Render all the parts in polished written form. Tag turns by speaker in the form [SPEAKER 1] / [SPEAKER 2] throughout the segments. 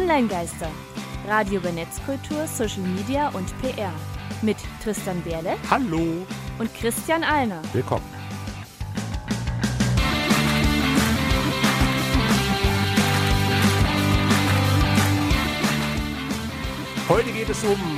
[SPEAKER 1] Online-Geister. Radio über Netzkultur, Social Media und PR. Mit Tristan Berle.
[SPEAKER 2] Hallo.
[SPEAKER 1] Und Christian Alner.
[SPEAKER 2] Willkommen. Heute geht es um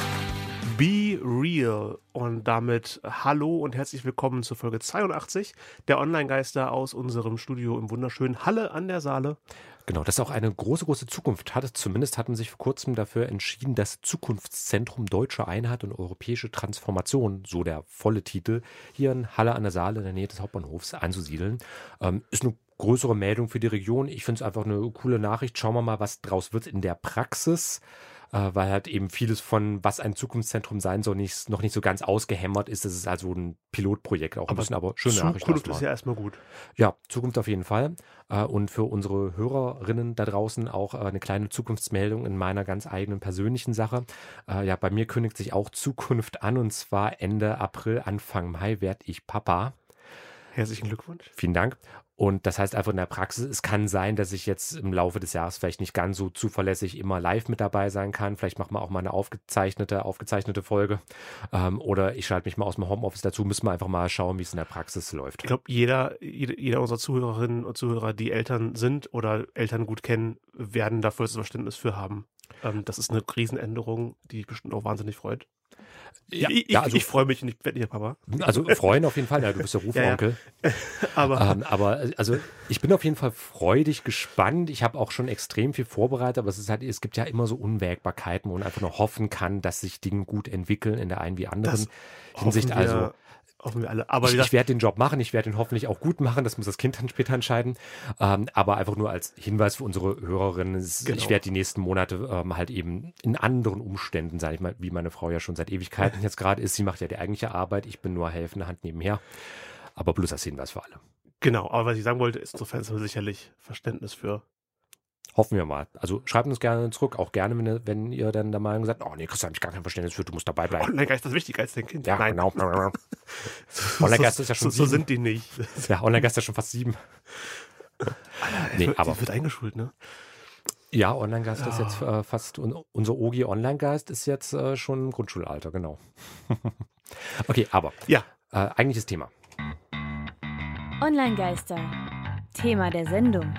[SPEAKER 2] Be Real und damit hallo und herzlich willkommen zur Folge 82 der Online-Geister aus unserem Studio im wunderschönen Halle an der Saale.
[SPEAKER 3] Genau, das auch eine große, große Zukunft hatte. Zumindest hatten sich vor kurzem dafür entschieden, das Zukunftszentrum Deutsche Einheit und Europäische Transformation, so der volle Titel, hier in Halle an der Saale in der Nähe des Hauptbahnhofs einzusiedeln. Ist eine größere Meldung für die Region. Ich finde es einfach eine coole Nachricht. Schauen wir mal, was draus wird in der Praxis. Weil halt eben vieles von, was ein Zukunftszentrum sein soll, noch nicht so ganz ausgehämmert ist. Das ist also ein Pilotprojekt auch ein bisschen, aber schöne Nachricht.
[SPEAKER 2] Zukunft ist ja erstmal gut.
[SPEAKER 3] Ja, Zukunft auf jeden Fall. Und für unsere Hörerinnen da draußen auch eine kleine Zukunftsmeldung in meiner ganz eigenen persönlichen Sache. Ja, bei mir kündigt sich auch Zukunft an und zwar Ende April, Anfang Mai werde ich Papa.
[SPEAKER 2] Herzlichen Glückwunsch.
[SPEAKER 3] Vielen Dank. Und das heißt einfach in der Praxis, es kann sein, dass ich jetzt im Laufe des Jahres vielleicht nicht ganz so zuverlässig immer live mit dabei sein kann. Vielleicht machen wir auch mal eine aufgezeichnete Folge. Oder ich schalte mich mal aus dem Homeoffice dazu. Müssen wir einfach mal schauen, wie es in der Praxis läuft.
[SPEAKER 2] Ich glaube, jeder unserer Zuhörerinnen und Zuhörer, die Eltern sind oder Eltern gut kennen, werden da vollstes Verständnis für haben. Das ist eine Riesenänderung, die mich bestimmt auch wahnsinnig freut. Ich freue mich und ich werde nicht Papa.
[SPEAKER 3] Also freuen auf jeden Fall, ja, du bist der Rufonkel.
[SPEAKER 2] Ja.
[SPEAKER 3] Aber also ich bin auf jeden Fall freudig gespannt. Ich habe auch schon extrem viel vorbereitet, aber es gibt ja immer so Unwägbarkeiten, wo man einfach nur hoffen kann, dass sich Dinge gut entwickeln in der einen wie anderen Hinsicht.
[SPEAKER 2] Hoffen wir alle. Aber
[SPEAKER 3] ich werde den Job machen, ich werde ihn hoffentlich auch gut machen, das muss das Kind dann später entscheiden. Aber einfach nur als Hinweis für unsere Hörerinnen, genau. Ich werde die nächsten Monate halt eben in anderen Umständen, sage ich mal, wie meine Frau ja schon seit Ewigkeiten jetzt gerade ist. Sie macht ja die eigentliche Arbeit, ich bin nur helfende Hand nebenher. Aber bloß als Hinweis für alle.
[SPEAKER 2] Genau, aber was ich sagen wollte, ist insofern sicherlich Verständnis für.
[SPEAKER 3] Hoffen wir mal. Also schreibt uns gerne zurück, auch gerne, wenn ihr dann der Meinung seid, oh nee, Christian, habe ich gar kein Verständnis für, du musst dabei bleiben.
[SPEAKER 2] Online-Geist ist wichtiger als dein Kind.
[SPEAKER 3] Ja,
[SPEAKER 2] nein.
[SPEAKER 3] Genau. Online-Geist ist ja schon 7.
[SPEAKER 2] So sind die nicht.
[SPEAKER 3] Ja, Online-Geist ist ja schon fast 7.
[SPEAKER 2] Aber wird eingeschult, ne?
[SPEAKER 3] Ja, Online-Geist ist jetzt fast, unser Ogi Online-Geist ist jetzt schon im Grundschulalter, genau. Okay, aber eigentliches Thema.
[SPEAKER 1] Online-Geister. Thema der Sendung.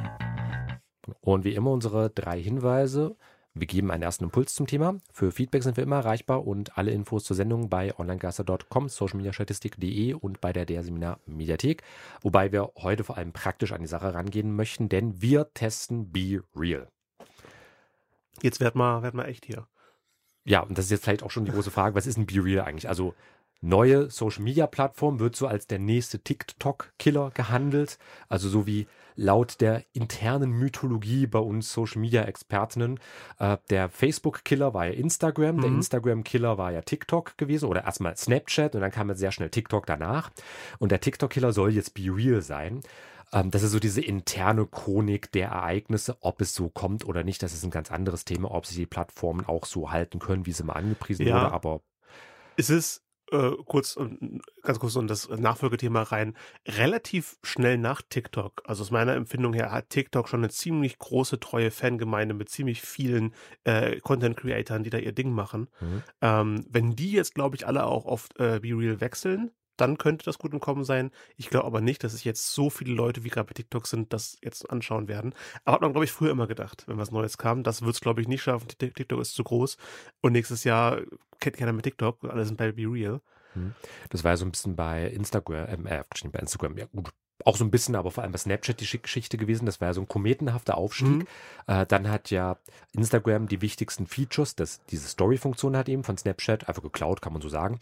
[SPEAKER 3] Und wie immer unsere 3 Hinweise. Wir geben einen ersten Impuls zum Thema. Für Feedback sind wir immer erreichbar und alle Infos zur Sendung bei onlinegeister.com, socialmediastatistik.de und bei der Seminar Mediathek. Wobei wir heute vor allem praktisch an die Sache rangehen möchten, denn wir testen Be Real.
[SPEAKER 2] Jetzt werd mal echt hier.
[SPEAKER 3] Ja, und das ist jetzt vielleicht auch schon die große Frage, was ist ein Be Real eigentlich? Also neue Social-Media-Plattform wird so als der nächste TikTok-Killer gehandelt. Also so wie laut der internen Mythologie bei uns Social-Media-Expertinnen. Der Facebook-Killer war ja Instagram, der Instagram-Killer war ja TikTok gewesen oder erstmal Snapchat und dann kam jetzt sehr schnell TikTok danach. Und der TikTok-Killer soll jetzt Be Real sein. Das ist so diese interne Chronik der Ereignisse, ob es so kommt oder nicht. Das ist ein ganz anderes Thema, ob sich die Plattformen auch so halten können, wie sie mal angepriesen wurde. Aber
[SPEAKER 2] es ist ganz kurz und das Nachfolgethema rein, relativ schnell nach TikTok, also aus meiner Empfindung her, hat TikTok schon eine ziemlich große, treue Fangemeinde mit ziemlich vielen Content-Creatoren, die da ihr Ding machen. Wenn die jetzt, glaube ich, alle auch auf Be Real wechseln, dann könnte das gut im Kommen sein. Ich glaube aber nicht, dass es jetzt so viele Leute, wie gerade bei TikTok sind, das jetzt anschauen werden. Aber hat man, glaube ich, früher immer gedacht, wenn was Neues kam. Das wird es, glaube ich, nicht schaffen. TikTok ist zu groß. Und nächstes Jahr kennt keiner mit TikTok. Alle sind bei Be Real.
[SPEAKER 3] Das war ja so ein bisschen bei Instagram, bei Instagram, ja gut. Auch so ein bisschen, aber vor allem bei Snapchat die Geschichte gewesen. Das war ja so ein kometenhafter Aufstieg. Dann hat ja Instagram die wichtigsten Features, diese Story-Funktion hat eben von Snapchat einfach geklaut, kann man so sagen.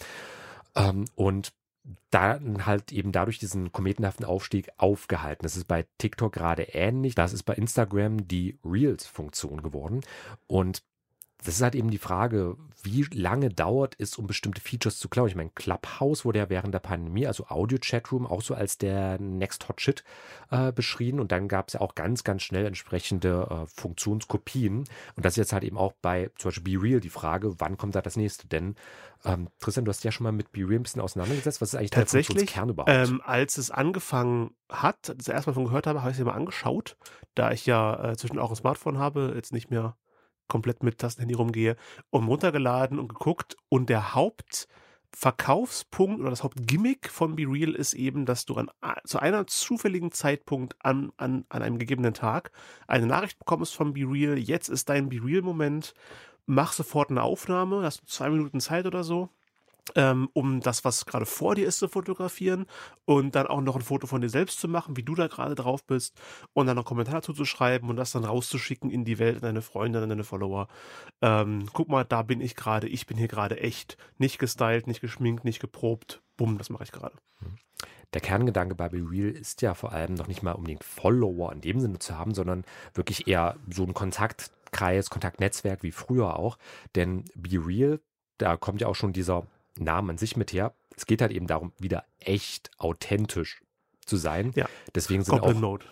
[SPEAKER 3] Und dann halt eben dadurch diesen kometenhaften Aufstieg aufgehalten. Das ist bei TikTok gerade ähnlich. Das ist bei Instagram die Reels-Funktion geworden. Und das ist halt eben die Frage, wie lange dauert es, um bestimmte Features zu klauen. Ich meine, Clubhouse wurde ja während der Pandemie, also Audio-Chatroom, auch so als der Next Hot Shit beschrieben. Und dann gab es ja auch ganz, ganz schnell entsprechende Funktionskopien. Und das ist jetzt halt eben auch bei zum Beispiel BeReal die Frage, wann kommt da das nächste? Denn Tristan, du hast dich ja schon mal mit BeReal ein bisschen auseinandergesetzt. Was ist eigentlich der Funktionskern überhaupt?
[SPEAKER 2] Als es angefangen hat, als ich erst mal davon gehört habe, habe ich es mir mal angeschaut, da ich ja zwischen auch ein Smartphone habe, jetzt nicht mehr komplett mit Tastenhandy rumgehe, und runtergeladen und geguckt. Und der Hauptverkaufspunkt oder das Hauptgimmick von BeReal ist eben, dass du zu einer zufälligen Zeitpunkt an einem gegebenen Tag eine Nachricht bekommst von BeReal, jetzt ist dein BeReal-Moment, mach sofort eine Aufnahme, hast du 2 Minuten Zeit oder so, um das, was gerade vor dir ist, zu fotografieren und dann auch noch ein Foto von dir selbst zu machen, wie du da gerade drauf bist und dann noch einen Kommentar dazu zu schreiben und das dann rauszuschicken in die Welt, an deine Freunde, an deine Follower. Guck mal, da bin ich gerade, ich bin hier gerade echt. Nicht gestylt, nicht geschminkt, nicht geprobt. Bumm, das mache ich gerade.
[SPEAKER 3] Der Kerngedanke bei BeReal ist ja vor allem noch nicht mal unbedingt Follower in dem Sinne zu haben, sondern wirklich eher so ein Kontaktkreis, Kontaktnetzwerk wie früher auch. Denn BeReal, da kommt ja auch schon dieser Namen an sich mit her. Es geht halt eben darum, wieder echt authentisch zu sein.
[SPEAKER 2] Ja.
[SPEAKER 3] Deswegen sind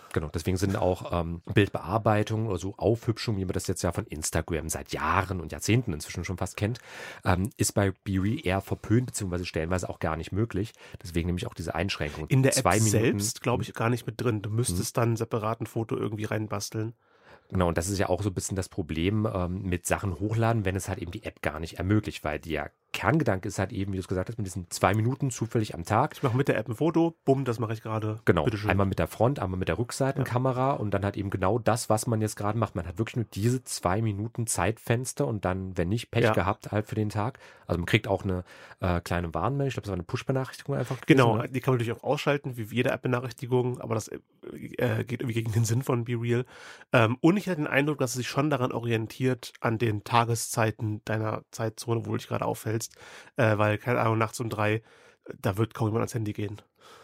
[SPEAKER 3] auch Bildbearbeitungen oder so Aufhübschungen, wie man das jetzt ja von Instagram seit Jahren und Jahrzehnten inzwischen schon fast kennt, ist bei BeReal eher verpönt, beziehungsweise stellenweise auch gar nicht möglich. Deswegen nämlich auch diese Einschränkung.
[SPEAKER 2] In der App selbst, glaube ich, gar nicht mit drin. Du müsstest dann separat ein Foto irgendwie reinbasteln.
[SPEAKER 3] Genau, und das ist ja auch so ein bisschen das Problem mit Sachen hochladen, wenn es halt eben die App gar nicht ermöglicht, weil der Kerngedanke ist halt eben, wie du es gesagt hast, mit diesen 2 Minuten zufällig am Tag.
[SPEAKER 2] Ich mache mit der App ein Foto, bumm, das mache ich gerade.
[SPEAKER 3] Genau, einmal mit der Front, einmal mit der Rückseitenkamera und dann halt eben genau das, was man jetzt gerade macht. Man hat wirklich nur diese 2 Minuten Zeitfenster und dann, wenn nicht, Pech gehabt halt für den Tag. Also man kriegt auch eine kleine Warnmeldung, ich glaube, das war eine Push-Benachrichtigung einfach gewesen,
[SPEAKER 2] Genau,
[SPEAKER 3] ne?
[SPEAKER 2] die kann man natürlich auch ausschalten, wie jede App-Benachrichtigung, aber das geht irgendwie gegen den Sinn von BeReal. Und ich hatte den Eindruck, dass es sich schon daran orientiert, an den Tageszeiten deiner Zeitzone, wo du dich gerade aufhältst. Weil, keine Ahnung, nachts um 3, da wird kaum jemand ans Handy gehen.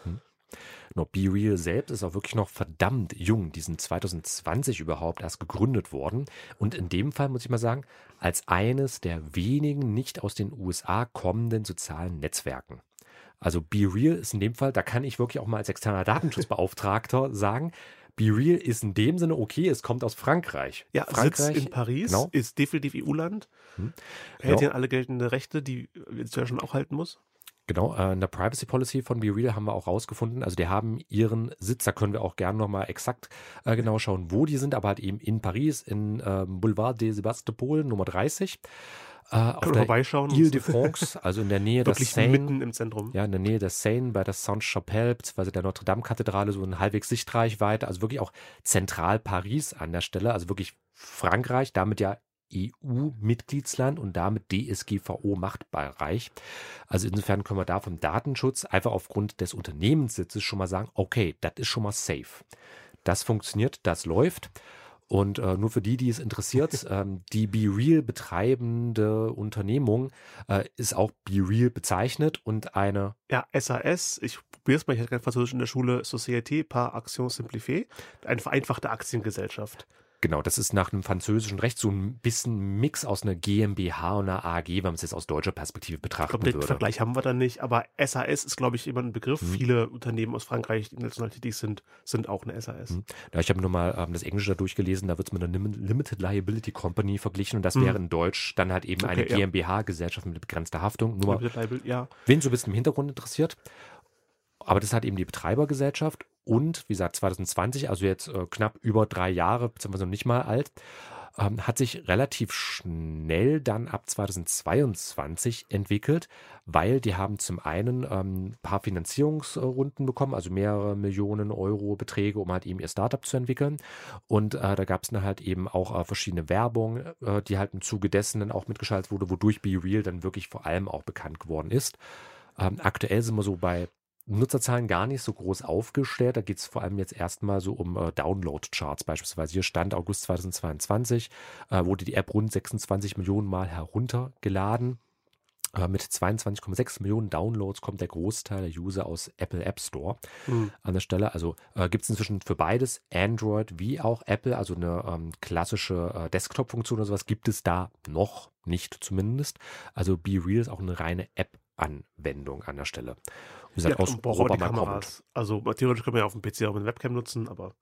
[SPEAKER 3] No, BeReal selbst ist auch wirklich noch verdammt jung. Die sind 2020 überhaupt erst gegründet worden. Und in dem Fall muss ich mal sagen, als eines der wenigen nicht aus den USA kommenden sozialen Netzwerken. Also BeReal ist in dem Fall, da kann ich wirklich auch mal als externer Datenschutzbeauftragter sagen, BeReal ist in dem Sinne okay, es kommt aus Frankreich.
[SPEAKER 2] Ja,
[SPEAKER 3] Frankreich
[SPEAKER 2] sitzt in Paris,
[SPEAKER 3] genau.
[SPEAKER 2] Ist definitiv EU-Land, hält hier alle geltende Rechte, die jetzt ja schon auch halten muss.
[SPEAKER 3] Genau, in der Privacy Policy von BeReal haben wir auch rausgefunden, also die haben ihren Sitz, da können wir auch gerne nochmal exakt genau schauen, wo die sind, aber halt eben in Paris, in Boulevard des Sébastopol, Nummer 30. Auf der Ile de France, also in der Nähe der Seine.
[SPEAKER 2] Mitten im Zentrum.
[SPEAKER 3] Ja, in der Nähe der Seine bei der Sainte-Chapelle, beziehungsweise der Notre-Dame-Kathedrale, so in halbwegs Sichtreichweite, also wirklich auch zentral Paris an der Stelle, also wirklich Frankreich, damit ja EU-Mitgliedsland und damit DSGVO-Machtbereich. Also insofern können wir da vom Datenschutz einfach aufgrund des Unternehmenssitzes schon mal sagen, okay, das ist schon mal safe. Das funktioniert, das läuft. Und nur für die es interessiert, die BeReal betreibende Unternehmung ist auch BeReal bezeichnet und eine...
[SPEAKER 2] Ja, SAS, ich probiere es mal, ich hatte kein Französisch in der Schule, Société par Action Simplifiée, eine vereinfachte Aktiengesellschaft.
[SPEAKER 3] Genau, das ist nach einem französischen Recht so ein bisschen Mix aus einer GmbH und einer AG, wenn man es jetzt aus deutscher Perspektive betrachten würde.
[SPEAKER 2] Den Vergleich haben wir dann nicht, aber SAS ist, glaube ich, immer ein Begriff. Viele Unternehmen aus Frankreich, die international tätig sind auch eine SAS.
[SPEAKER 3] Ja, ich habe nur mal das Englische da durchgelesen, da wird es mit einer Limited Liability Company verglichen und das wäre in Deutsch dann halt eben eine GmbH, Gesellschaft mit begrenzter Haftung. Nur mal, wen so ein bisschen im Hintergrund interessiert. Aber das hat eben die Betreibergesellschaft und, wie gesagt, 2020, also jetzt knapp über 3 Jahre, beziehungsweise noch nicht mal alt, hat sich relativ schnell dann ab 2022 entwickelt, weil die haben zum einen ein paar Finanzierungsrunden bekommen, also mehrere Millionen Euro Beträge, um halt eben ihr Startup zu entwickeln. Und da gab es dann halt eben auch verschiedene Werbung, die halt im Zuge dessen dann auch mitgeschaltet wurde, wodurch BeReal dann wirklich vor allem auch bekannt geworden ist. Aktuell sind wir so bei Nutzerzahlen gar nicht so groß aufgestellt. Da geht es vor allem jetzt erstmal so um Download-Charts beispielsweise. Hier stand August 2022, wurde die App rund 26 Millionen Mal heruntergeladen. Mit 22,6 Millionen Downloads kommt der Großteil der User aus Apple App Store an der Stelle. Also gibt es inzwischen für beides, Android wie auch Apple, also eine klassische Desktop-Funktion oder sowas gibt es da noch nicht zumindest. Also BeReal ist auch eine reine App-Anwendung an der Stelle. Wie gesagt, aus Europa mal kommend.
[SPEAKER 2] Also theoretisch kann man ja auf dem PC auch mit Webcam nutzen, aber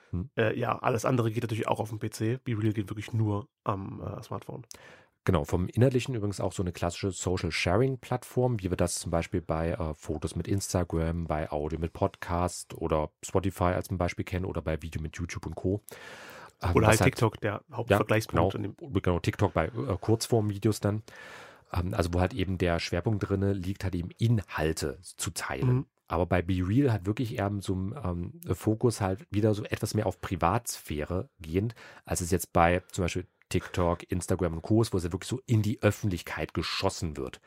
[SPEAKER 2] alles andere geht natürlich auch auf dem PC. BeReal geht wirklich nur am Smartphone.
[SPEAKER 3] Genau, vom Inhaltlichen übrigens auch so eine klassische Social-Sharing-Plattform, wie wir das zum Beispiel bei Fotos mit Instagram, bei Audio mit Podcast oder Spotify als ein Beispiel kennen oder bei Video mit YouTube und Co.
[SPEAKER 2] Oder halt TikTok, der Hauptvergleichspunkt.
[SPEAKER 3] Genau, TikTok bei Kurzform-Videos dann. Also wo halt eben der Schwerpunkt drin liegt, halt eben Inhalte zu teilen. Aber bei BeReal hat wirklich eher so ein Fokus halt wieder so etwas mehr auf Privatsphäre gehend, als es jetzt bei zum Beispiel TikTok, Instagram und Co., wo es ja wirklich so in die Öffentlichkeit geschossen wird.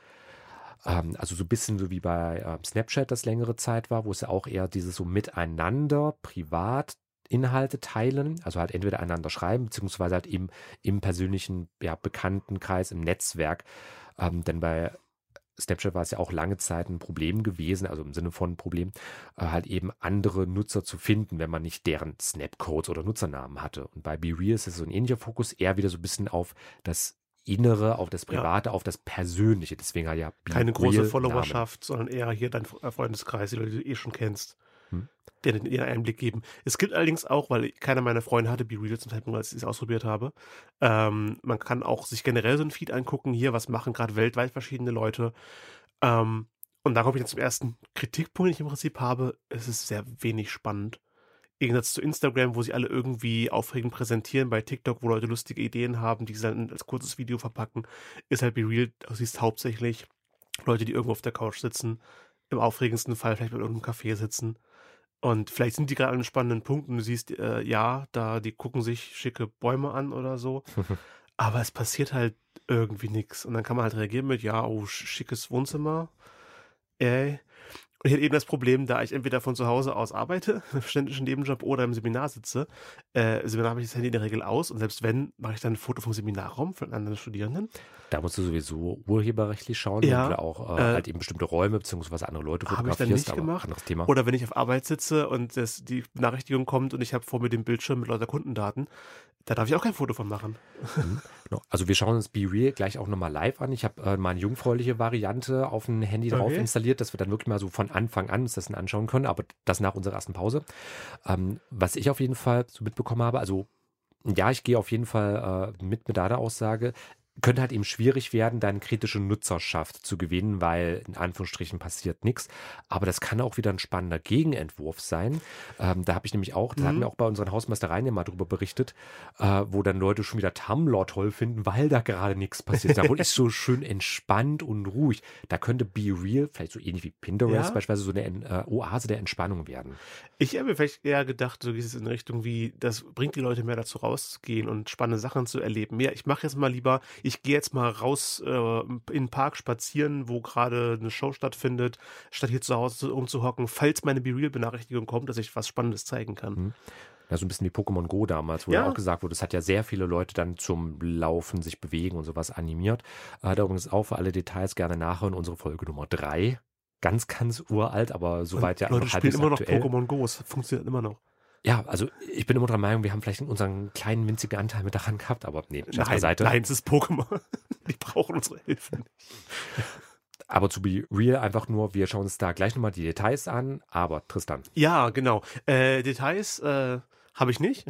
[SPEAKER 3] Also so ein bisschen so wie bei Snapchat das längere Zeit war, wo es ja auch eher dieses so miteinander privat Inhalte teilen, also halt entweder einander schreiben, beziehungsweise halt eben im persönlichen Bekanntenkreis, im Netzwerk. Denn bei Snapchat war es ja auch lange Zeit ein Problem gewesen, also im Sinne von Problem, halt eben andere Nutzer zu finden, wenn man nicht deren Snapcodes oder Nutzernamen hatte. Und bei BeReal ist es so ein ähnlicher Fokus, eher wieder so ein bisschen auf das Innere, auf das Private, auf das Persönliche. Deswegen halt ja BeReal
[SPEAKER 2] keine große Followerschaft, sondern eher hier dein Freundeskreis, die Leute, die du schon kennst, der den ihren Einblick geben. Es gibt allerdings auch, weil keiner meiner Freunde hatte BeReal zum Zeitpunkt, als ich es ausprobiert habe, man kann auch sich generell so ein Feed angucken, hier, was machen gerade weltweit verschiedene Leute. Und da komme ich dann zum ersten Kritikpunkt, den ich im Prinzip habe. Es ist sehr wenig spannend. Im Gegensatz zu Instagram, wo sie alle irgendwie aufregend präsentieren, bei TikTok, wo Leute lustige Ideen haben, die sie dann als kurzes Video verpacken, ist halt BeReal, du siehst hauptsächlich Leute, die irgendwo auf der Couch sitzen, im aufregendsten Fall vielleicht bei irgendeinem Café sitzen. Und vielleicht sind die gerade an einem spannenden Punkt und du siehst, die gucken sich schicke Bäume an oder so. Aber es passiert halt irgendwie nichts. Und dann kann man halt reagieren mit, schickes Wohnzimmer. Und ich hatte eben das Problem, da ich entweder von zu Hause aus arbeite, im ständischen Nebenjob oder im Seminar sitze. Seminar habe ich das Handy in der Regel aus und selbst wenn, mache ich dann ein Foto vom Seminarraum von anderen Studierenden.
[SPEAKER 3] Da musst du sowieso urheberrechtlich schauen oder auch halt eben bestimmte Räume bzw. andere Leute fotografierst.
[SPEAKER 2] Habe ich dann nicht gemacht.
[SPEAKER 3] Anderes Thema.
[SPEAKER 2] Oder wenn ich auf Arbeit sitze und die Benachrichtigung kommt und ich habe vor mir den Bildschirm mit lauter Kundendaten, da darf ich auch kein Foto von machen.
[SPEAKER 3] Genau. Also wir schauen uns BeReal gleich auch nochmal live an. Ich habe mal eine jungfräuliche Variante auf ein Handy drauf installiert, dass wir dann wirklich mal so von Anfang an uns das anschauen können, aber das nach unserer ersten Pause. Was ich auf jeden Fall so mitbekommen habe, also ja, ich gehe auf jeden Fall mit deiner Aussage, könnte halt eben schwierig werden, deine kritische Nutzerschaft zu gewinnen, weil in Anführungsstrichen passiert nichts. Aber das kann auch wieder ein spannender Gegenentwurf sein. Da habe ich nämlich auch, da hatten wir auch bei unseren Hausmeistereien ja mal drüber berichtet, wo dann Leute schon wieder Tumblr toll finden, weil da gerade nichts passiert. Da ist so schön entspannt und ruhig. Da könnte BeReal, vielleicht so ähnlich wie Pinterest beispielsweise, so eine Oase der Entspannung werden. Ich habe mir vielleicht eher gedacht, so geht es in Richtung wie, das bringt die Leute mehr dazu rauszugehen und spannende Sachen zu erleben. Ich mache jetzt mal lieber, ich gehe jetzt mal raus in den Park spazieren, wo gerade eine Show stattfindet, statt hier zu Hause rumzuhocken, falls meine BeReal-Benachrichtigung kommt, dass ich was Spannendes zeigen kann. Ja, so ein bisschen wie Pokémon Go damals, wo ja auch gesagt wurde, es hat ja sehr viele Leute dann zum Laufen, sich bewegen und sowas animiert. Da übrigens auch für alle Details gerne nachhören, unsere Folge Nummer 3. Ganz, ganz uralt, aber soweit ja
[SPEAKER 2] Leute spielen immer noch Pokémon Go, es funktioniert immer noch.
[SPEAKER 3] Ja, also ich bin immer der Meinung, wir haben vielleicht unseren kleinen winzigen Anteil mit daran gehabt, aber nee,
[SPEAKER 2] Scherz beiseite. Nein, es ist Pokémon. Die brauchen unsere Hilfe nicht.
[SPEAKER 3] Aber zu BeReal einfach nur, wir schauen uns da gleich nochmal die Details an, aber Tristan.
[SPEAKER 2] Ja, genau. Details habe ich nicht.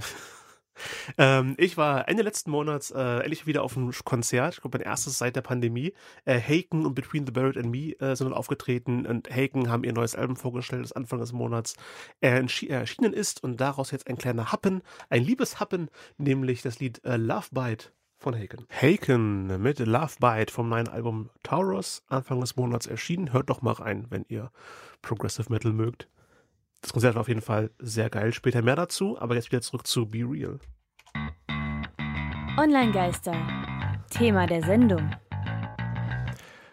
[SPEAKER 2] Ich war Ende letzten Monats endlich wieder auf einem Konzert, ich glaube mein erstes seit der Pandemie. Haken und Between the Buried and Me sind aufgetreten und Haken haben ihr neues Album vorgestellt, das Anfang des Monats erschienen ist und daraus jetzt ein kleiner Happen, ein Liebeshappen, nämlich das Lied Love Bite von Haken. Haken mit Love Bite vom neuen Album Taurus, Anfang des Monats erschienen. Hört doch mal rein, wenn ihr Progressive Metal mögt. Das Konzert war auf jeden Fall sehr geil. Später mehr dazu, aber jetzt wieder zurück zu BeReal.
[SPEAKER 1] Online-Geister. Thema der Sendung.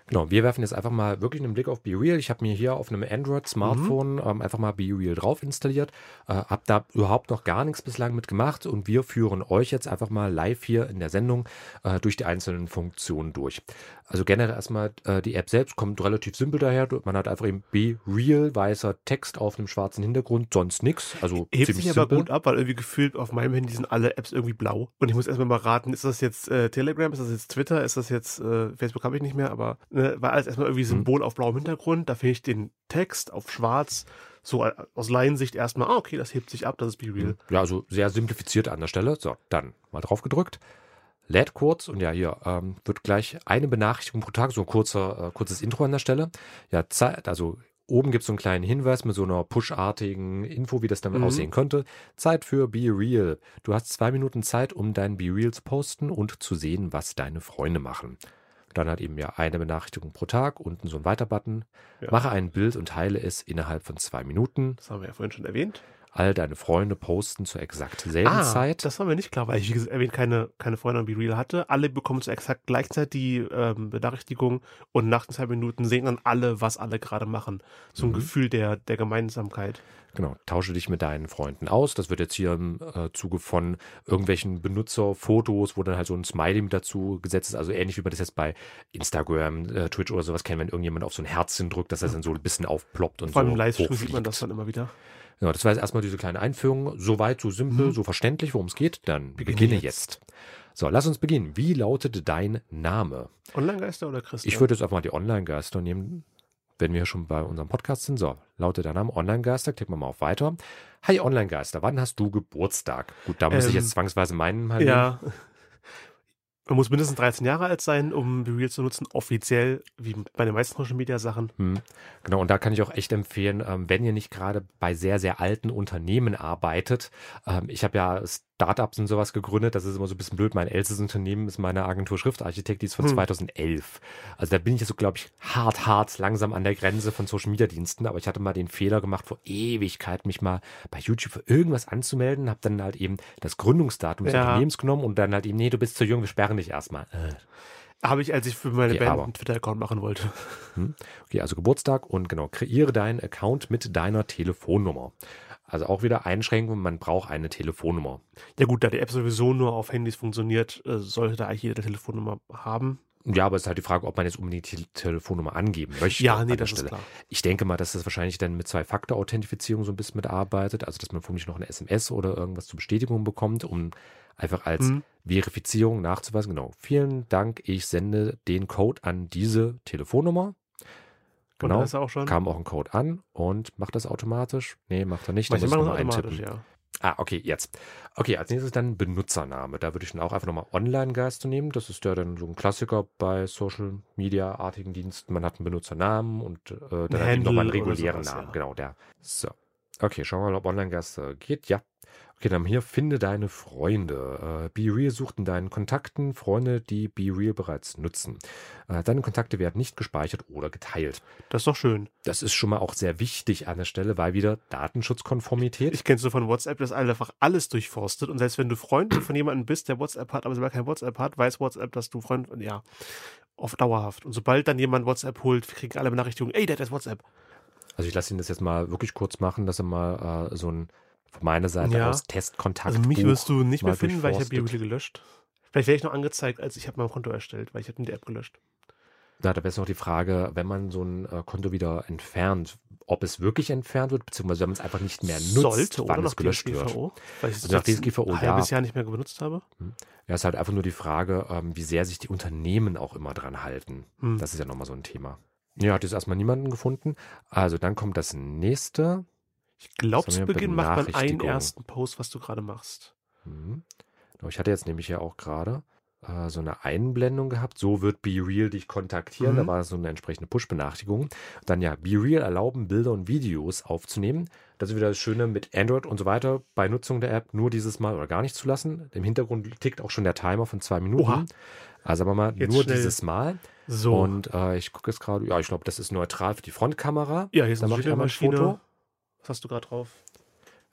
[SPEAKER 3] Genau, wir werfen jetzt einfach mal wirklich einen Blick auf BeReal. Ich habe mir hier auf einem Android-Smartphone einfach mal BeReal drauf installiert, habe da überhaupt noch gar nichts bislang mit gemacht und wir führen euch jetzt einfach mal live hier in der Sendung durch die einzelnen Funktionen durch. Also generell erstmal die App selbst kommt relativ simpel daher. Man hat einfach eben BeReal, weißer Text auf einem schwarzen Hintergrund, sonst nichts. Also
[SPEAKER 2] Hebt
[SPEAKER 3] ziemlich
[SPEAKER 2] sich
[SPEAKER 3] simpel.
[SPEAKER 2] aber gut ab, weil irgendwie gefühlt auf meinem Handy sind alle Apps irgendwie blau. Und ich muss erstmal mal raten, ist das jetzt Telegram, ist das jetzt Twitter, ist das jetzt Facebook habe ich nicht mehr, aber war alles erstmal irgendwie Symbol auf blauem Hintergrund. Da finde ich den Text auf schwarz so aus Laiensicht erstmal, okay, das hebt sich ab, das ist BeReal.
[SPEAKER 3] Ja, also sehr simplifiziert an der Stelle. So, dann mal drauf gedrückt. Lädt kurz und ja, hier wird gleich eine Benachrichtigung pro Tag, so ein kurzes Intro an der Stelle. Ja, also oben gibt es so einen kleinen Hinweis mit so einer push-artigen Info, wie das dann aussehen könnte. Zeit für BeReal. Du hast 2 Minuten Zeit, um dein BeReal zu posten und zu sehen, was deine Freunde machen. Dann hat eben ja eine Benachrichtigung pro Tag, unten so ein Weiter-Button.
[SPEAKER 2] Ja.
[SPEAKER 3] Mache ein Bild und teile es innerhalb von 2 Minuten.
[SPEAKER 2] Das haben wir ja vorhin schon erwähnt.
[SPEAKER 3] All deine Freunde posten zur exakt selben Zeit.
[SPEAKER 2] Das war mir nicht klar, weil ich, wie gesagt, erwähnt, keine Freunde an BeReal hatte. Alle bekommen zur exakt gleichen Zeit die Benachrichtigung und nach den 2 Minuten sehen dann alle, was alle gerade machen. So ein Gefühl der Gemeinsamkeit.
[SPEAKER 3] Genau, tausche dich mit deinen Freunden aus. Das wird jetzt hier im Zuge von irgendwelchen Benutzerfotos, wo dann halt so ein Smiley mit dazu gesetzt ist. Also ähnlich wie man das jetzt bei Instagram, Twitch oder sowas kennt, wenn irgendjemand auf so ein Herzchen drückt, dass das dann so ein bisschen aufploppt und
[SPEAKER 2] Vor allem
[SPEAKER 3] so
[SPEAKER 2] im Livestream
[SPEAKER 3] hochfliegt.
[SPEAKER 2] sieht man das dann immer wieder.
[SPEAKER 3] Genau, das war jetzt erstmal diese kleine Einführung. Soweit, so simpel, so verständlich, worum es geht. Dann beginne jetzt. So, lass uns beginnen. Wie lautet dein Name?
[SPEAKER 2] Online-Geister oder Christa?
[SPEAKER 3] Ich würde jetzt einfach mal die Online-Geister nehmen, wenn wir schon bei unserem Podcast sind. So, lautet dein Name Online-Geister. Klicken wir mal auf Weiter. Hi Online-Geister, wann hast du Geburtstag? Gut, da muss ich jetzt zwangsweise meinen mal nehmen.
[SPEAKER 2] Ja. Man muss mindestens 13 Jahre alt sein, um BeReal zu nutzen, offiziell, wie bei den meisten Social-Media-Sachen.
[SPEAKER 3] Genau, und da kann ich auch echt empfehlen, wenn ihr nicht gerade bei sehr, sehr alten Unternehmen arbeitet. Ich habe ja Startups und sowas gegründet, das ist immer so ein bisschen blöd. Mein ältestes Unternehmen ist meine Agentur Schriftarchitekt, die ist von 2011. Also da bin ich jetzt so, glaube ich, hart langsam an der Grenze von Social-Media-Diensten, aber ich hatte mal den Fehler gemacht, vor Ewigkeit mich mal bei YouTube für irgendwas anzumelden, habe dann halt eben das Gründungsdatum des Unternehmens genommen und dann halt eben, nee, du bist zu jung, wir sperren dich erstmal.
[SPEAKER 2] Habe ich, als ich für meine
[SPEAKER 3] Okay,
[SPEAKER 2] Band
[SPEAKER 3] aber
[SPEAKER 2] einen Twitter-Account machen wollte.
[SPEAKER 3] Okay, also Geburtstag und genau, kreiere deinen Account mit deiner Telefonnummer. Also auch wieder Einschränkungen, man braucht eine Telefonnummer.
[SPEAKER 2] Ja gut, da die App sowieso nur auf Handys funktioniert, sollte da eigentlich jeder eine Telefonnummer haben.
[SPEAKER 3] Ja, aber es ist halt die Frage, ob man jetzt unbedingt die Telefonnummer angeben möchte.
[SPEAKER 2] Ja, nee,
[SPEAKER 3] an der
[SPEAKER 2] das ist
[SPEAKER 3] Stelle.
[SPEAKER 2] klar.
[SPEAKER 3] Ich denke mal, dass das wahrscheinlich dann mit 2-Faktor-Authentifizierung so ein bisschen mitarbeitet, also dass man vermutlich noch eine SMS oder irgendwas zur Bestätigung bekommt, um einfach als Verifizierung nachzuweisen. Genau, vielen Dank, ich sende den Code an diese Telefonnummer.
[SPEAKER 2] Und
[SPEAKER 3] Genau,
[SPEAKER 2] da ist er auch schon.
[SPEAKER 3] kam auch ein Code an und macht das automatisch? Nee, macht er nicht. Da
[SPEAKER 2] Manche
[SPEAKER 3] muss ich
[SPEAKER 2] machen
[SPEAKER 3] noch
[SPEAKER 2] das
[SPEAKER 3] mal
[SPEAKER 2] automatisch,
[SPEAKER 3] eintippen.
[SPEAKER 2] ja.
[SPEAKER 3] Okay, jetzt. Okay, als nächstes dann Benutzername. Da würde ich dann auch einfach nochmal Online-Geister nehmen. Das ist ja dann so ein Klassiker bei Social-Media-artigen Diensten. Man hat einen Benutzernamen und dann hat eben nochmal einen
[SPEAKER 2] Handle oder
[SPEAKER 3] regulären
[SPEAKER 2] sowas,
[SPEAKER 3] Namen.
[SPEAKER 2] ja.
[SPEAKER 3] Genau, der. So. Okay, schauen wir mal, ob Online-Geister geht. Ja. Okay, dann hier, finde deine Freunde. BeReal sucht in deinen Kontakten Freunde, die BeReal bereits nutzen. Deine Kontakte werden nicht gespeichert oder geteilt.
[SPEAKER 2] Das ist doch schön.
[SPEAKER 3] Das ist schon mal auch sehr wichtig an der Stelle, weil wieder Datenschutzkonformität.
[SPEAKER 2] Ich kenne so von WhatsApp, dass einfach alles durchforstet und selbst wenn du Freund von jemandem bist, der WhatsApp hat, aber selber kein WhatsApp hat, weiß WhatsApp, dass du Freund, ja, auf dauerhaft. Und sobald dann jemand WhatsApp holt, kriegen alle Benachrichtigungen, ey, der hat das WhatsApp.
[SPEAKER 3] Also ich lasse ihn das jetzt mal wirklich kurz machen, dass er mal so ein von meiner Seite aus Testkontakt.
[SPEAKER 2] Also mich wirst du nicht mehr
[SPEAKER 3] mal
[SPEAKER 2] finden, weil ich habe
[SPEAKER 3] durchforstet.
[SPEAKER 2] BeReal gelöscht. Vielleicht werde ich noch angezeigt, als ich habe mein Konto erstellt, weil ich habe die App gelöscht.
[SPEAKER 3] Ja, da wäre es noch die Frage, wenn man so ein Konto wieder entfernt, ob es wirklich entfernt wird, beziehungsweise wenn man es einfach nicht mehr nutzt,
[SPEAKER 2] Sollte, oder
[SPEAKER 3] wann
[SPEAKER 2] nach
[SPEAKER 3] es gelöscht wird.
[SPEAKER 2] DSGVO? Weil ich es
[SPEAKER 3] Also nach
[SPEAKER 2] jetzt
[SPEAKER 3] DSGVO,
[SPEAKER 2] ein halbes Jahr nicht mehr benutzt habe.
[SPEAKER 3] Ja, ist halt einfach nur die Frage, wie sehr sich die Unternehmen auch immer dran halten. Das ist ja nochmal so ein Thema. Ja, hat jetzt erstmal niemanden gefunden. Also dann kommt das nächste.
[SPEAKER 2] Ich glaube,
[SPEAKER 3] Das
[SPEAKER 2] zu
[SPEAKER 3] haben wir
[SPEAKER 2] Beginn macht man einen
[SPEAKER 3] Benachrichtigung.
[SPEAKER 2] ersten Post, was du gerade machst.
[SPEAKER 3] Genau, ich hatte jetzt nämlich ja auch gerade so eine Einblendung gehabt. So wird BeReal dich kontaktieren. Da war so eine entsprechende Push-Benachrichtigung. Dann ja, BeReal erlauben, Bilder und Videos aufzunehmen. Das ist wieder das Schöne mit Android und so weiter. Bei Nutzung der App nur dieses Mal oder gar nicht zulassen. Im Hintergrund tickt auch schon der Timer von 2 Minuten.
[SPEAKER 2] Oha.
[SPEAKER 3] Also sagen wir mal,
[SPEAKER 2] Jetzt
[SPEAKER 3] nur
[SPEAKER 2] schnell.
[SPEAKER 3] dieses Mal.
[SPEAKER 2] So.
[SPEAKER 3] Und ich gucke jetzt gerade, ja, ich glaube, das ist neutral für die Frontkamera.
[SPEAKER 2] Ja, hier ist
[SPEAKER 3] Dann
[SPEAKER 2] eine
[SPEAKER 3] mache ich einmal ein
[SPEAKER 2] Maschine.
[SPEAKER 3] Foto.
[SPEAKER 2] Was hast du gerade drauf?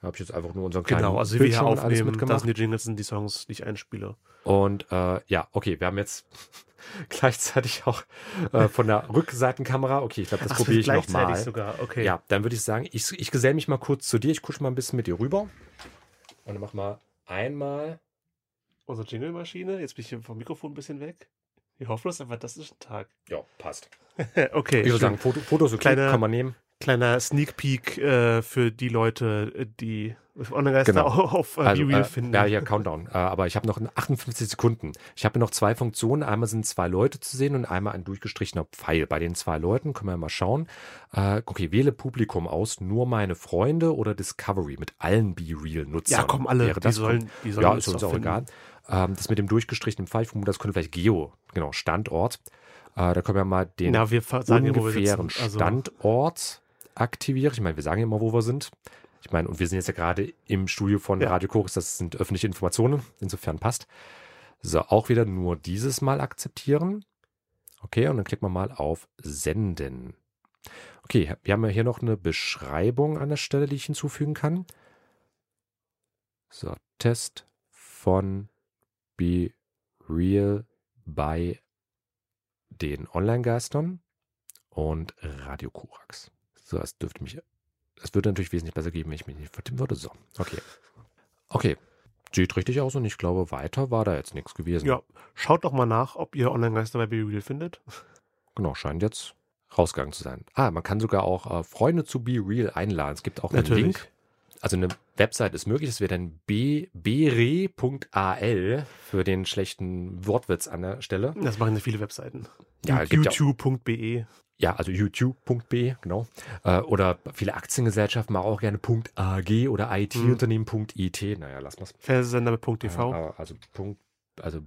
[SPEAKER 3] Da habe ich jetzt einfach nur unseren kleinen
[SPEAKER 2] Genau, also wie wir hier
[SPEAKER 3] Bildschirm und alles
[SPEAKER 2] aufnehmen,
[SPEAKER 3] mitgemacht.
[SPEAKER 2] das sind die Jingles und die Songs, die ich einspiele.
[SPEAKER 3] Und ja, okay, wir haben jetzt gleichzeitig auch von der Rückseitenkamera, okay, ich glaube, das probiere ich nochmal.
[SPEAKER 2] Sogar, okay.
[SPEAKER 3] Ja, dann würde ich sagen, ich geselle mich mal kurz zu dir, ich kuschel mal ein bisschen mit dir rüber. Und dann mach mal einmal.
[SPEAKER 2] Unsere Jingle-Maschine, jetzt bin ich hier vom Mikrofon ein bisschen weg. Ich hoffe, das ist ein Tag.
[SPEAKER 3] Ja, passt.
[SPEAKER 2] Okay.
[SPEAKER 3] Ich würde sagen, Fotos so kann man nehmen.
[SPEAKER 2] Kleiner Sneak Peek für die Leute, die Online-Geister auf BeReal finden.
[SPEAKER 3] Ja, hier Countdown. Aber ich habe noch 58 Sekunden. Ich habe noch 2 Funktionen. Einmal sind 2 Leute zu sehen und einmal ein durchgestrichener Pfeil. Bei den 2 Leuten können wir mal schauen. Okay, wähle Publikum aus, nur meine Freunde oder Discovery mit allen BeReal-Nutzern.
[SPEAKER 2] Ja, kommen alle. Die sollen
[SPEAKER 3] ja, ist uns auch egal. Das mit dem durchgestrichenen Pfeil, das könnte vielleicht Standort. Da können wir mal den ungefähren Standort aktivieren. Ich meine, wir sagen ja immer, wo wir sind. Ich meine, und wir sind jetzt ja gerade im Studio von Radio Chorus, das sind öffentliche Informationen, insofern passt. So, auch wieder nur dieses Mal akzeptieren. Okay, und dann klicken wir mal auf Senden. Okay, wir haben ja hier noch eine Beschreibung an der Stelle, die ich hinzufügen kann. So, Test von BeReal bei den Online-Geistern und Radio Korax. So, es würde natürlich wesentlich besser geben, wenn ich mich nicht vertippen würde. So, okay. Sieht richtig aus und ich glaube, weiter war da jetzt nichts gewesen.
[SPEAKER 2] Ja, schaut doch mal nach, ob ihr Online-Geister bei BeReal findet.
[SPEAKER 3] Genau, scheint jetzt rausgegangen zu sein. Man kann sogar auch Freunde zu BeReal einladen. Es gibt auch einen Link. Also eine Website ist möglich, das wäre dann bere.al für den schlechten Wortwitz an der Stelle.
[SPEAKER 2] Das machen ja viele Webseiten.
[SPEAKER 3] Ja,
[SPEAKER 2] youtube.be.
[SPEAKER 3] Ja, also youtube.be, genau. Oder viele Aktiengesellschaften machen auch gerne .ag oder IT-Unternehmen.it. Naja, lass mal's.
[SPEAKER 2] Fernsehsender mit .tv.
[SPEAKER 3] Also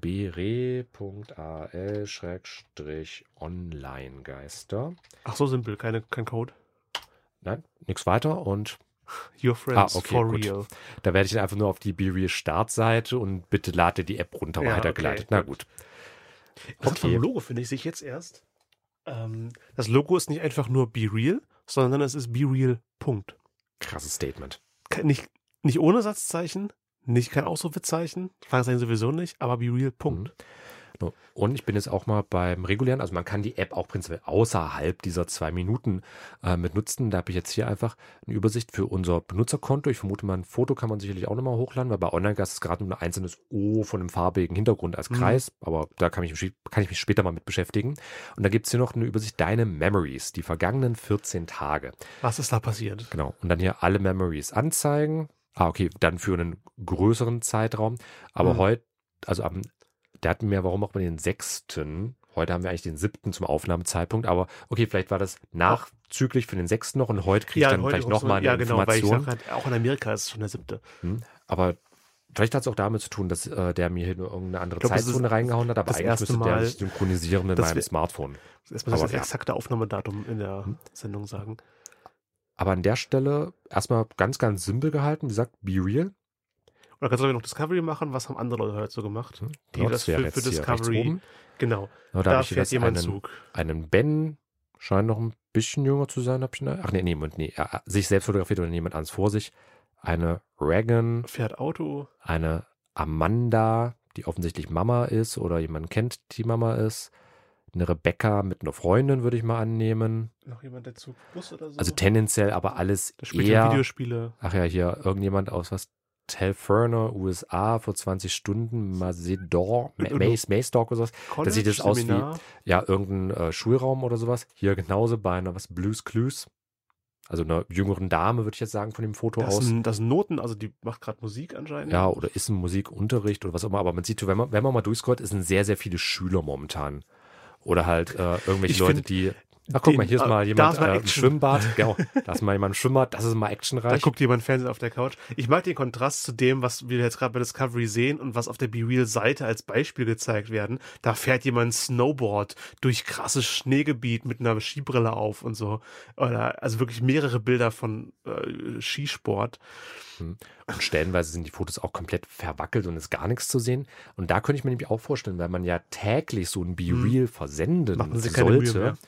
[SPEAKER 3] bere.al/Onlinegeister.
[SPEAKER 2] Ach, so simpel, kein Code.
[SPEAKER 3] Nein, nichts weiter und
[SPEAKER 2] Your friends for
[SPEAKER 3] gut.
[SPEAKER 2] real.
[SPEAKER 3] Da werde ich dann einfach nur auf die BeReal Startseite und bitte lade die App runter weitergeleitet.
[SPEAKER 2] Okay.
[SPEAKER 3] Na gut.
[SPEAKER 2] Das vom Logo finde ich, sehe ich jetzt erst. Das Logo ist nicht einfach nur BeReal, sondern es ist BeReal.
[SPEAKER 3] Krasses Statement.
[SPEAKER 2] Nicht ohne Satzzeichen, kein Ausrufezeichen, Fragezeichen sowieso nicht, aber BeReal.
[SPEAKER 3] Und ich bin jetzt auch mal beim regulären, also man kann die App auch prinzipiell außerhalb dieser 2 Minuten mit nutzen. Da habe ich jetzt hier einfach eine Übersicht für unser Benutzerkonto. Ich vermute mal, ein Foto kann man sicherlich auch nochmal hochladen, weil bei Online-Gast ist gerade nur ein einzelnes O von einem farbigen Hintergrund als Kreis, aber da kann ich mich später mal mit beschäftigen. Und da gibt es hier noch eine Übersicht, deine Memories, die vergangenen 14 Tage.
[SPEAKER 2] Was ist da passiert?
[SPEAKER 3] Genau, und dann hier alle Memories anzeigen. Okay, dann für einen größeren Zeitraum. Aber heute, also der hat mir, warum auch mal den 6. Heute haben wir eigentlich den 7. zum Aufnahmezeitpunkt, aber okay, vielleicht war das nachzüglich für den 6. noch und heute kriege ich dann vielleicht nochmal eine Information.
[SPEAKER 2] Weil ich sage halt, auch in Amerika ist es schon der 7.
[SPEAKER 3] Aber vielleicht hat es auch damit zu tun, dass der mir hier nur irgendeine andere Zeitzone reingehauen hat, aber eigentlich müsste der sich synchronisieren mit meinem Smartphone.
[SPEAKER 2] Erstmal das exakte Aufnahmedatum in der Sendung sagen.
[SPEAKER 3] Aber an der Stelle erstmal ganz, ganz simpel gehalten, wie gesagt, BeReal.
[SPEAKER 2] Oder kannst du noch Discovery machen? Was haben andere Leute heute so gemacht? Die
[SPEAKER 3] Genau,
[SPEAKER 2] das für Discovery. Genau.
[SPEAKER 3] Da fährt jemand Zug. Einen Ben, scheint noch ein bisschen jünger zu sein. Sich selbst fotografiert oder jemand anderes vor sich. Eine Reagan.
[SPEAKER 2] Fährt Auto.
[SPEAKER 3] Eine Amanda, die offensichtlich Mama ist oder jemand kennt, die Mama ist. Eine Rebecca mit einer Freundin, würde ich mal annehmen.
[SPEAKER 2] Noch jemand, der Zugbus oder so?
[SPEAKER 3] Also tendenziell aber alles
[SPEAKER 2] das spielt
[SPEAKER 3] eher...
[SPEAKER 2] Videospiele.
[SPEAKER 3] Ach ja, hier irgendjemand aus Telferner, USA, vor 20 Stunden, Macedon, Maystalk oder sowas. Das sieht das aus wie irgendein Schulraum oder sowas. Hier genauso bei einer Blues Clues. Also einer jüngeren Dame, würde ich jetzt sagen, von dem Foto aus.
[SPEAKER 2] Das sind Noten, also die macht gerade Musik anscheinend.
[SPEAKER 3] Ja, oder ist ein Musikunterricht oder was auch immer. Aber man sieht, wenn man mal durchscrollt, es sind sehr, sehr viele Schüler momentan. Oder halt irgendwelche Leute, die... Ach, guck mal, hier ist mal jemand im Schwimmbad. Genau, da ist mal jemand im Schwimmbad. Das ist mal actionreich.
[SPEAKER 2] Da guckt jemand Fernsehen auf der Couch. Ich mag den Kontrast zu dem, was wir jetzt gerade bei Discovery sehen und was auf der BeReal-Seite als Beispiel gezeigt werden. Da fährt jemand Snowboard durch krasses Schneegebiet mit einer Skibrille auf und so. Also wirklich mehrere Bilder von Skisport.
[SPEAKER 3] Und stellenweise sind die Fotos auch komplett verwackelt und ist gar nichts zu sehen. Und da könnte ich mir nämlich auch vorstellen, weil man ja täglich so ein BeReal versenden sollte,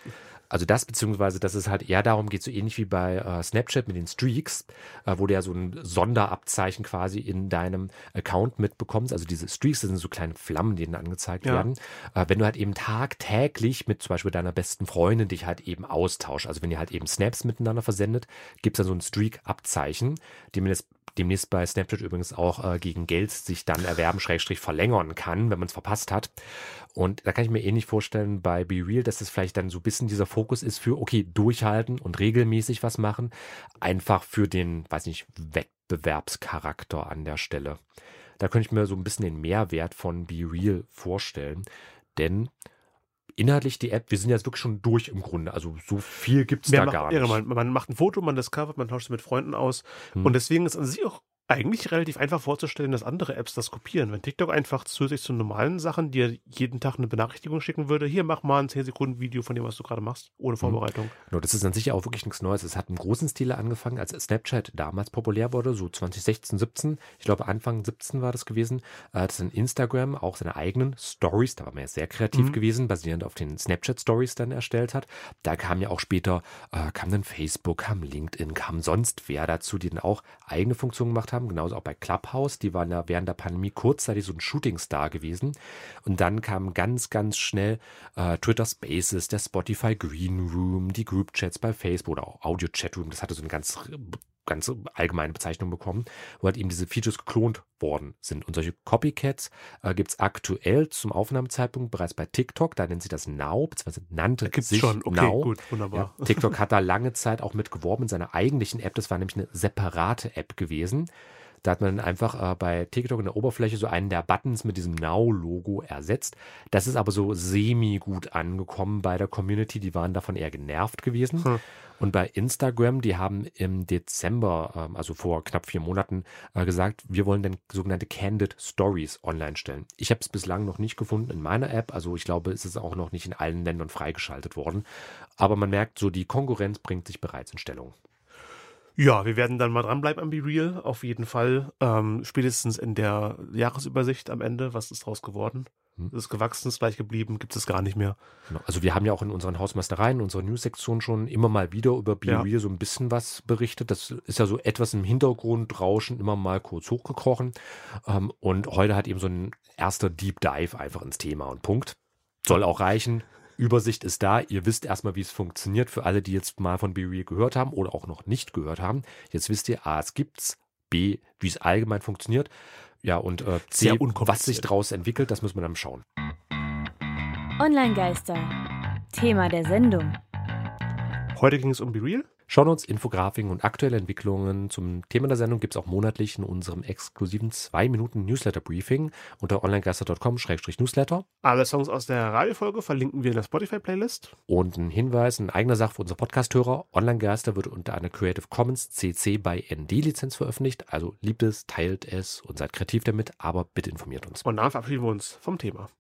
[SPEAKER 3] Also das, beziehungsweise, dass es halt eher darum geht, so ähnlich wie bei Snapchat mit den Streaks, wo du ja so ein Sonderabzeichen quasi in deinem Account mitbekommst. Also diese Streaks, das sind so kleine Flammen, die dann angezeigt werden. Wenn du halt eben tagtäglich mit zum Beispiel deiner besten Freundin dich halt eben austauschst, also wenn ihr halt eben Snaps miteinander versendet, gibt es dann so ein Streak-Abzeichen, die man jetzt demnächst bei Snapchat übrigens auch gegen Geld sich dann erwerben, verlängern kann, wenn man es verpasst hat. Und da kann ich mir ähnlich vorstellen bei BeReal, dass es vielleicht dann so ein bisschen dieser Fokus ist für, okay, durchhalten und regelmäßig was machen, einfach für den, weiß nicht, Wettbewerbscharakter an der Stelle. Da könnte ich mir so ein bisschen den Mehrwert von BeReal vorstellen, denn inhaltlich die App, wir sind jetzt wirklich schon durch im Grunde. Also so viel gibt es da gar nicht.
[SPEAKER 2] Man macht ein Foto, man discovert, man tauscht es mit Freunden aus. Und deswegen ist an sich auch eigentlich relativ einfach vorzustellen, dass andere Apps das kopieren. Wenn TikTok einfach zusätzlich zu normalen Sachen dir jeden Tag eine Benachrichtigung schicken würde, hier, mach mal ein 10-Sekunden-Video von dem, was du gerade machst, ohne Vorbereitung.
[SPEAKER 3] Genau, das ist an sich auch wirklich nichts Neues. Es hat im großen Stile angefangen, als Snapchat damals populär wurde, so 2016, 17. Ich glaube, Anfang 17 war das gewesen. Das dann Instagram auch seine eigenen Stories, da war man ja sehr kreativ gewesen, basierend auf den Snapchat-Stories dann erstellt hat. Da kam ja auch später, kam dann Facebook, kam LinkedIn, kam sonst wer dazu, die dann auch eigene Funktionen gemacht haben. Genauso auch bei Clubhouse, die waren ja während der Pandemie kurzzeitig so ein Shootingstar gewesen. Und dann kam ganz, ganz schnell Twitter Spaces, der Spotify Green Room, die Group Chats bei Facebook oder auch Audio Chat Room. Das hatte so eine ganz allgemeine Bezeichnung bekommen, wo halt eben diese Features geklont worden sind. Und solche Copycats gibt es aktuell zum Aufnahmezeitpunkt bereits bei TikTok. Da nennt sich das Now, beziehungsweise nannte sich
[SPEAKER 2] schon. Okay,
[SPEAKER 3] Now.
[SPEAKER 2] Gut, wunderbar.
[SPEAKER 3] Ja, TikTok hat da lange Zeit auch mit geworben in seiner eigentlichen App. Das war nämlich eine separate App gewesen. Da hat man dann einfach bei TikTok in der Oberfläche so einen der Buttons mit diesem Now-Logo ersetzt. Das ist aber so semi-gut angekommen bei der Community. Die waren davon eher genervt gewesen. Und bei Instagram, die haben im Dezember, also vor knapp 4 Monaten, gesagt, wir wollen dann sogenannte Candid Stories online stellen. Ich habe es bislang noch nicht gefunden in meiner App. Also ich glaube, es ist auch noch nicht in allen Ländern freigeschaltet worden. Aber man merkt so, die Konkurrenz bringt sich bereits in Stellung.
[SPEAKER 2] Ja, wir werden dann mal dranbleiben am BeReal, auf jeden Fall. Spätestens in der Jahresübersicht am Ende, was ist draus geworden? Ist gewachsen, ist gleich geblieben, gibt es gar nicht mehr.
[SPEAKER 3] Genau. Also wir haben ja auch in unseren Hausmeistereien, in unserer News-Sektion schon immer mal wieder über BeReal so ein bisschen was berichtet. Das ist ja so etwas im Hintergrundrauschen immer mal kurz hochgekrochen. Und heute hat eben so ein erster Deep Dive einfach ins Thema und Punkt. Soll auch reichen. Übersicht ist da. Ihr wisst erstmal, wie es funktioniert. Für alle, die jetzt mal von BeReal gehört haben oder auch noch nicht gehört haben. Jetzt wisst ihr, A, es gibt's. B, wie es allgemein funktioniert. Ja, und C, was sich daraus entwickelt, das müssen wir dann schauen.
[SPEAKER 1] Online-Geister. Thema der Sendung.
[SPEAKER 2] Heute ging es um BeReal.
[SPEAKER 3] Shownotes, Infografiken und aktuelle Entwicklungen zum Thema der Sendung gibt es auch monatlich in unserem exklusiven 2-Minuten-Newsletter-Briefing unter onlinegeister.com/newsletter.
[SPEAKER 2] Alle Songs aus der Radiofolge verlinken wir in der Spotify-Playlist.
[SPEAKER 3] Und ein Hinweis in eigener Sache für unsere Podcast-Hörer. Online-Geister wird unter einer Creative Commons CC by ND-Lizenz veröffentlicht. Also liebt es, teilt es und seid kreativ damit, aber bitte informiert uns.
[SPEAKER 2] Und dann verabschieden wir uns vom Thema.